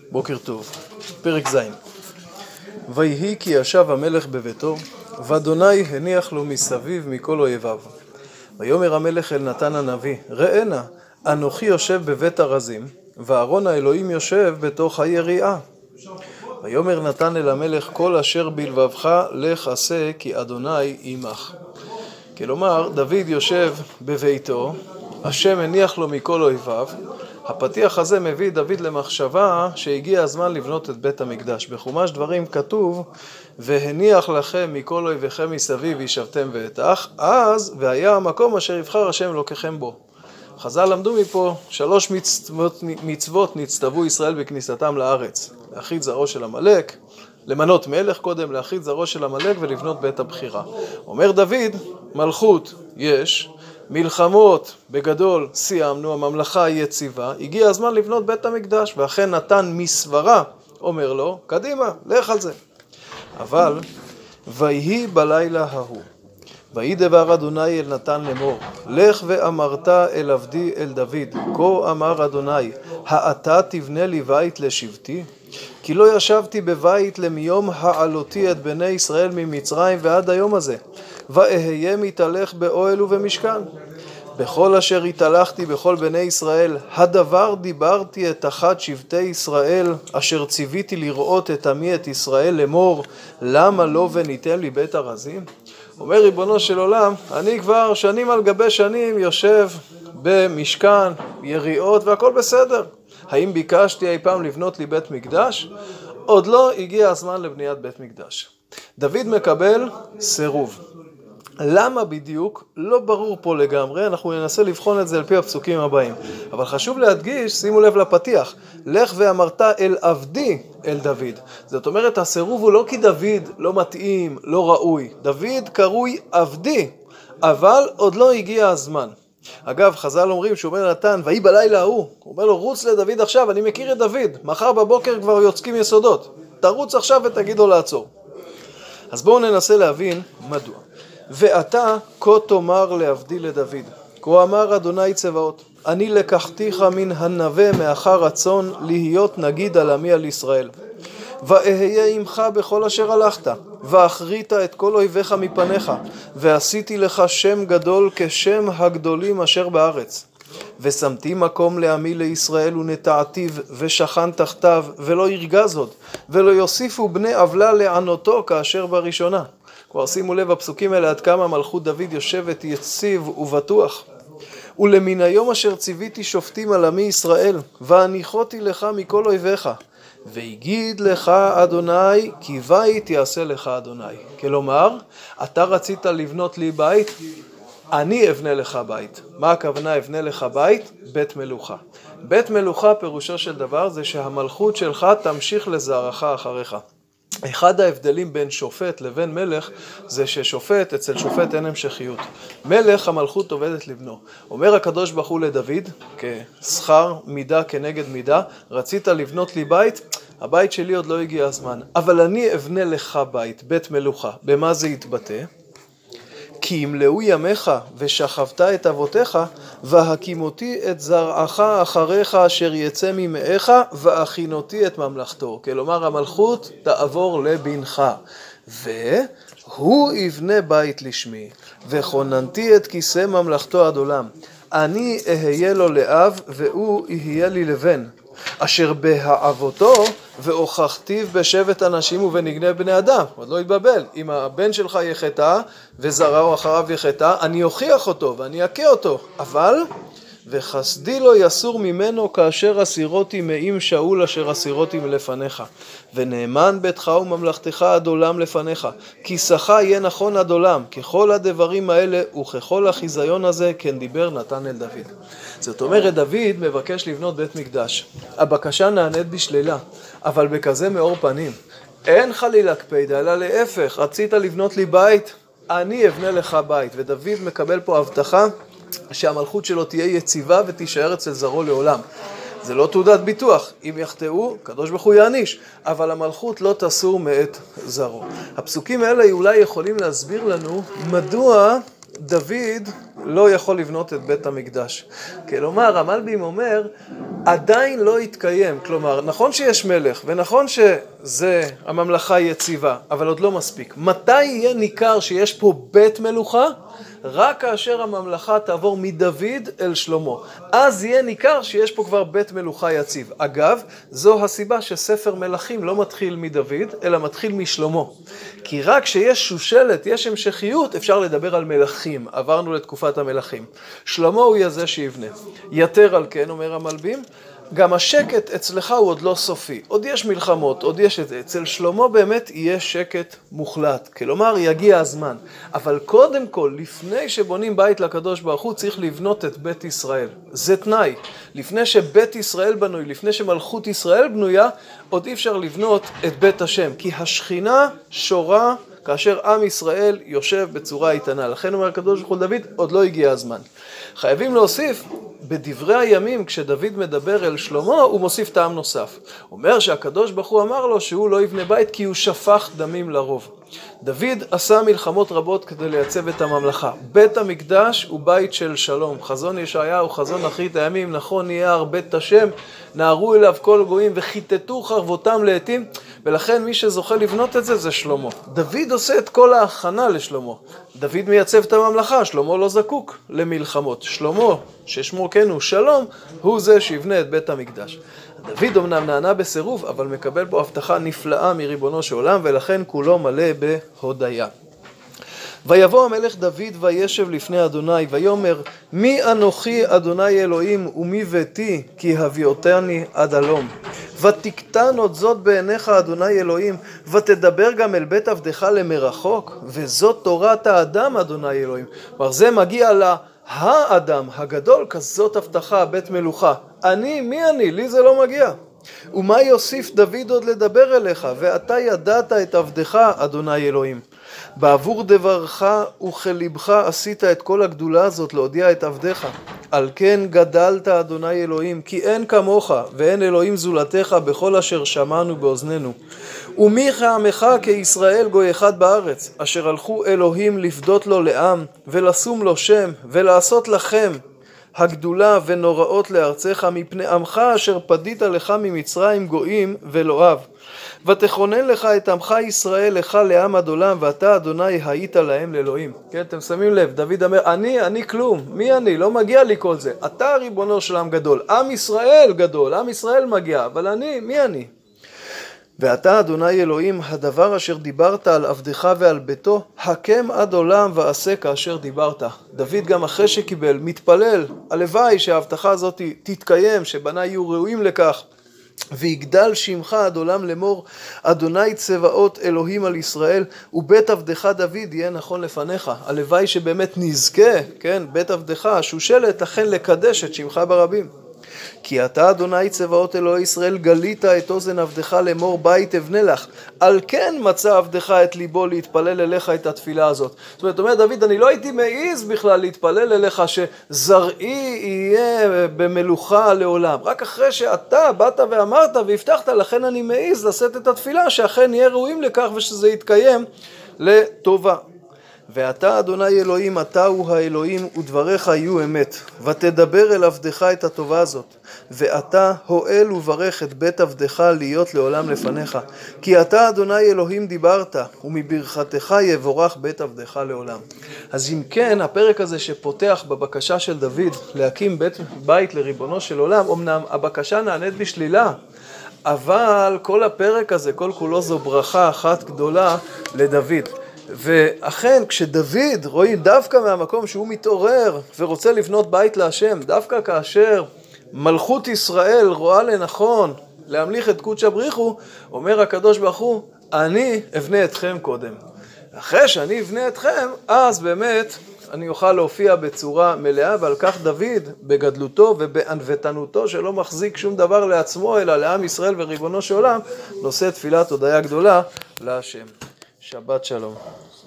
בוקר טוב, פרק ז'. ויהי כי ישב המלך בביתו, ואדוני הניח לו מסביב מכל אויביו. ויאמר המלך אל נתן הנביא, ראה נא, אנוכי יושב בבית ארזים, וארון האלוהים יושב בתוך היריעה. ויאמר נתן אל המלך, כל אשר בלבבך לך עשה, כי אדוני עמך. כלומר, דוד יושב בביתו, השם הניח לו מכל אויביו. הפתיח הזה מביא דוד למחשבה שהגיע הזמן לבנות את בית המקדש. בחומש דברים כתוב, והניח לכם מכל אויביכם מסביב וישבתם ואתך, אז והיה המקום אשר יבחר השם אלוקיכם בו. חז"ל למדו מפה 3 מצוות נצטוו ישראל בכניסתם לארץ. להכרית זרעו של עמלק, למנות מלך קודם, להכרית זרעו של עמלק ולבנות בית הבחירה. אומר דוד, מלכות יש, מלחמות בגדול סיימנו, הממלכה יציבה, הגיע הזמן לבנות בית המקדש, ואכן נתן מסברה, אומר לו, קדימה, לך על זה. אבל, ויהי בלילה ההוא, ויהי דבר אדוני אל נתן לאמור, לך ואמרת אל עבדי אל דוד, כה אמר אדוני, האתה תבנה לי בית לשבטי? כי לא ישבתי בבית למיום העלותי את בני ישראל ממצרים ועד היום הזה, ואהיה מתהלך באוהל ובמשכן. בכל אשר התהלכתי בכל בני ישראל, הדבר דיברתי את אחת שבטי ישראל, אשר ציוויתי לראות את עמי את ישראל לאמור, למה לא וניתן לי בית ארזים? אומר ריבונו של עולם, אני כבר שנים על גבי שנים יושב במשכן, יריעות והכל בסדר. האם ביקשתי אי פעם לבנות לי בית מקדש? עוד לא הגיע הזמן לבניית בית מקדש. דוד מקבל סירוב. למה בדיוק? לא ברור פה לגמרי, אנחנו ננסה לבחון את זה על פי הפסוקים הבאים. אבל חשוב להדגיש, שימו לב לפתיח, לך ואמרת אל עבדי אל דוד. זאת אומרת, הסירוב הוא לא כי דוד לא מתאים, לא ראוי. דוד קרוי עבדי, אבל עוד לא הגיע הזמן. אגב, חז"ל אומרים שהוא אומר נתן, ויהי בלילה ההוא, הוא אומר לו, רוץ לדוד עכשיו, אני מכיר את דוד, מחר בבוקר כבר יוצקים יסודות, תרוץ עכשיו ותגיד לו לעצור. אז בואו ננסה להבין מדוע. ואתה כה תאמר לעבדי לדוד, כה אמר אדוני צבאות, אני לקחתיך מן הנווה מאחר רצון להיות נגיד על עמי על ישראל. ואהיה עמך בכל אשר הלכת, ואחרית את כל אויביך מפניך, ועשיתי לך שם גדול כשם הגדולים אשר בארץ. ושמתי מקום לעמי לישראל ונטעתיו, ושכן תחתיו, ולא ירגז עוד, ולא יוסיפו בני עוולה לענותו כאשר בראשונה. כבר שימו לב הפסוקים האלה עד כמה מלכות דוד יושבת יציב ובטוח. ולמן היום אשר ציוויתי שופטים על עמי ישראל, והניחותי לך מכל אויביך. והגיד לך אדוני, כי בית יעשה לך אדוני. כלומר, אתה רצית לבנות לי בית, אני אבנה לך בית. מה הכוונה אבנה לך בית? בית מלוכה. בית מלוכה פירושו של דבר זה שהמלכות שלך תמשיך לזרעך אחריך. אחד ההבדלים בין שופט לבין מלך זה ששופט, אצל שופט אין המשכיות. מלך המלכות עובדת לבנו. אומר הקדוש ברוך הוא לדוד, כשכר מידה כנגד מידה, רצית לבנות לי בית, הבית שלי עוד לא הגיע הזמן, אבל אני אבנה לך בית, בית מלוכה. במה זה יתבטא? כי ימלאו ימיך ושכבת את אבותיך, והקימותי את זרעך אחריך אשר יצא ממאיך, והכינותי את ממלכתו. כלומר המלכות תעבור לבנך, והוא יבנה בית לשמי, וכוננתי את כיסא ממלכתו עד עולם. אני אהיה לו לאב, והוא יהיה לי לבן. אשר בהעבותו והוכחתיו בשבט אנשים ובנגני בני אדם. עוד לא יתבבל, אם הבן שלך יחטא וזרעו אחריו יחטא, אני אוכיח אותו ואני אכה אותו. אבל וחסדי לו יסור ממנו כאשר אסירותי מעם שאול אשר אסירותי מלפניך. ונאמן ביתך וממלכתך עד עולם לפניך. כיסך יהיה נכון עד עולם. ככל הדברים האלה וככל החיזיון הזה כן דיבר נתן אל דוד. זאת אומרת, דוד מבקש לבנות בית מקדש. הבקשה נענית בשלילה, אבל בכזה מאור פנים. אין חלילה קפידה, אלא להפך, רצית לבנות לי בית, אני אבנה לך בית. ודוד מקבל פה הבטחה שהמלכות שלו תהיה יציבה ותישאר אצל זרעו לעולם. זה לא תעודת ביטוח, אם יחטאו, קדוש ברוך הוא יעניש, אבל המלכות לא תסור מאת זרעו. הפסוקים האלה אולי יכולים להסביר לנו מדוע דוד לא יכול לבנות את בית המקדש. כלומר, המלבים אומר, עדיין לא יתקיים. כלומר, נכון שיש מלך, ונכון שזה הממלכה יציבה, אבל עוד לא מספיק. מתי יהיה ניכר שיש פה בית מלוכה? רק כאשר הממלכה תעבור מדוד אל שלמה. אז יהיה ניכר שיש פה כבר בית מלוכה יציב. אגב, זו הסיבה שספר מלכים לא מתחיל מדוד, אלא מתחיל משלמה. כי רק כשיש שושלת, יש המשכיות, אפשר לדבר על מלכים. עברנו לתקופת המלכים. שלמה הוא יהיה זה שיבנה. יתר על כן, אומר המלבים, גם השקט אצלך הוא עוד לא סופי. עוד יש מלחמות, עוד יש את זה. אצל שלמה באמת יהיה שקט מוחלט. כלומר, יגיע הזמן. אבל קודם כל, לפני שבונים בית לקדוש ברוך הוא, צריך לבנות את בית ישראל. זה תנאי. לפני שבית ישראל בנוי, לפני שמלכות ישראל בנויה, עוד אי אפשר לבנות את בית השם. כי השכינה שורה כאשר עם ישראל יושב בצורה איתנה. לכן אומר הקדוש ברוך הוא דוד, עוד לא הגיע הזמן. חייבים להוסיף, בדברי הימים, כשדוד מדבר אל שלמה, הוא מוסיף טעם נוסף. הוא אומר שהקדוש ברוך הוא אמר לו שהוא לא יבנה בית כי הוא שפך דמים לרוב. דוד עשה מלחמות רבות כדי לייצב את הממלכה. בית המקדש הוא בית של שלום. חזון ישעיהו, חזון אחרית הימים, נכון יהיה הר בית השם, נערו אליו כל גויים וחיטטו חרבותם לעתים, ולכן מי שזוכה לבנות את זה זה שלמה. דוד עושה את כל ההכנה לשלמה. דוד מייצב את הממלכה, שלמה לא זקוק למלחמות. שלמה, ששמו כן הוא שלום, הוא זה שיבנה את בית המקדש. דוד אמנם נענה בסירוב, אבל מקבל בו הבטחה נפלאה מריבונו של עולם, ולכן כולו מלא בהודיה. ויבוא המלך דוד וישב לפני אדוני, ויאמר, מי אנוכי אדוני אלוהים ומי ביתי כי הביאותני עד הלום. ותקטן עוד זאת בעיניך אדוני אלוהים, ותדבר גם אל בית עבדך למרחוק, וזאת תורת האדם אדוני אלוהים. כלומר זה מגיע האדם הגדול, כזאת הבטחה, בית מלוכה. מי אני? לי זה לא מגיע. ומה יוסיף דוד עוד לדבר אליך? ואתה ידעת את עבדך אדוני אלוהים. בעבור דברך וכלבך עשית את כל הגדולה הזאת להודיע את עבדך. על כן גדלת אדוני אלוהים, כי אין כמוך ואין אלוהים זולתך בכל אשר שמענו באוזנינו. ומי כעמך כישראל גוי אחד בארץ, אשר הלכו אלוהים לפדות לו לעם ולשום לו שם ולעשות לכם הגדולה ונוראות לארצך מפני עמך אשר פדית לך ממצרים גויים ולאוהב. ותכונן לך את עמך ישראל לך לעם עד עולם, ואתה אדוני היית להם לאלוהים. כן, אתם שמים לב, דוד אומר, אני כלום, מי אני? לא מגיע לי כל זה. אתה ריבונו של עם גדול, עם ישראל גדול, עם ישראל מגיע, אבל מי אני? ואתה אדוני אלוהים, הדבר אשר דיברת על עבדך ועל ביתו, הקם עד עולם ועשה כאשר דיברת. דוד גם אחרי שקיבל, מתפלל, הלוואי שההבטחה הזאת תתקיים, שבנה יהיו ראויים לכך. ויגדל שמך עד עולם לאמור, אדוני צבאות אלוהים על ישראל, ובית עבדך דוד יהיה נכון לפניך. הלוואי שבאמת נזכה, כן, בית עבדך, השושלת, אכן לקדש את שמך ברבים. כי אתה אדוני צבאות אלוהי ישראל גלית את אוזן עבדך לאמור בית אבנה לך. על כן מצא עבדך את ליבו להתפלל אליך את התפילה הזאת. זאת אומרת, אומר דוד, אני לא הייתי מעיז בכלל להתפלל אליך שזרעי יהיה במלוכה לעולם. רק אחרי שאתה באת ואמרת והבטחת, לכן אני מעיז לשאת את התפילה שאכן יהיה ראויים לכך ושזה יתקיים לטובה. ואתה אדוני אלוהים, אתה הוא האלוהים ודבריך יהיו אמת, ותדבר אל עבדך את הטובה הזאת, ואתה הועל וברך את בית עבדך להיות לעולם לפניך, כי אתה אדוני אלוהים דיברת, ומברכתך יבורך בית עבדך לעולם. אז אם כן, הפרק הזה שפותח בבקשה של דוד להקים בית לריבונו של עולם, אמנם הבקשה נענית בשלילה, אבל כל הפרק הזה, כל כולו זו ברכה אחת גדולה לדוד. ואכן כשדוד רואים דווקא מהמקום שהוא מתעורר ורוצה לבנות בית להשם, דווקא כאשר מלכות ישראל רואה לנכון להמליך את קודש הבריחו, אומר הקדוש ברוך הוא, אני אבנה אתכם קודם. אחרי שאני אבנה אתכם, אז באמת אני אוכל להופיע בצורה מלאה, ועל כך דוד בגדלותו ובענוותנותו שלא מחזיק שום דבר לעצמו אלא לעם ישראל וריבונו של עולם, נושא תפילת הודיה גדולה להשם. שבת שלום.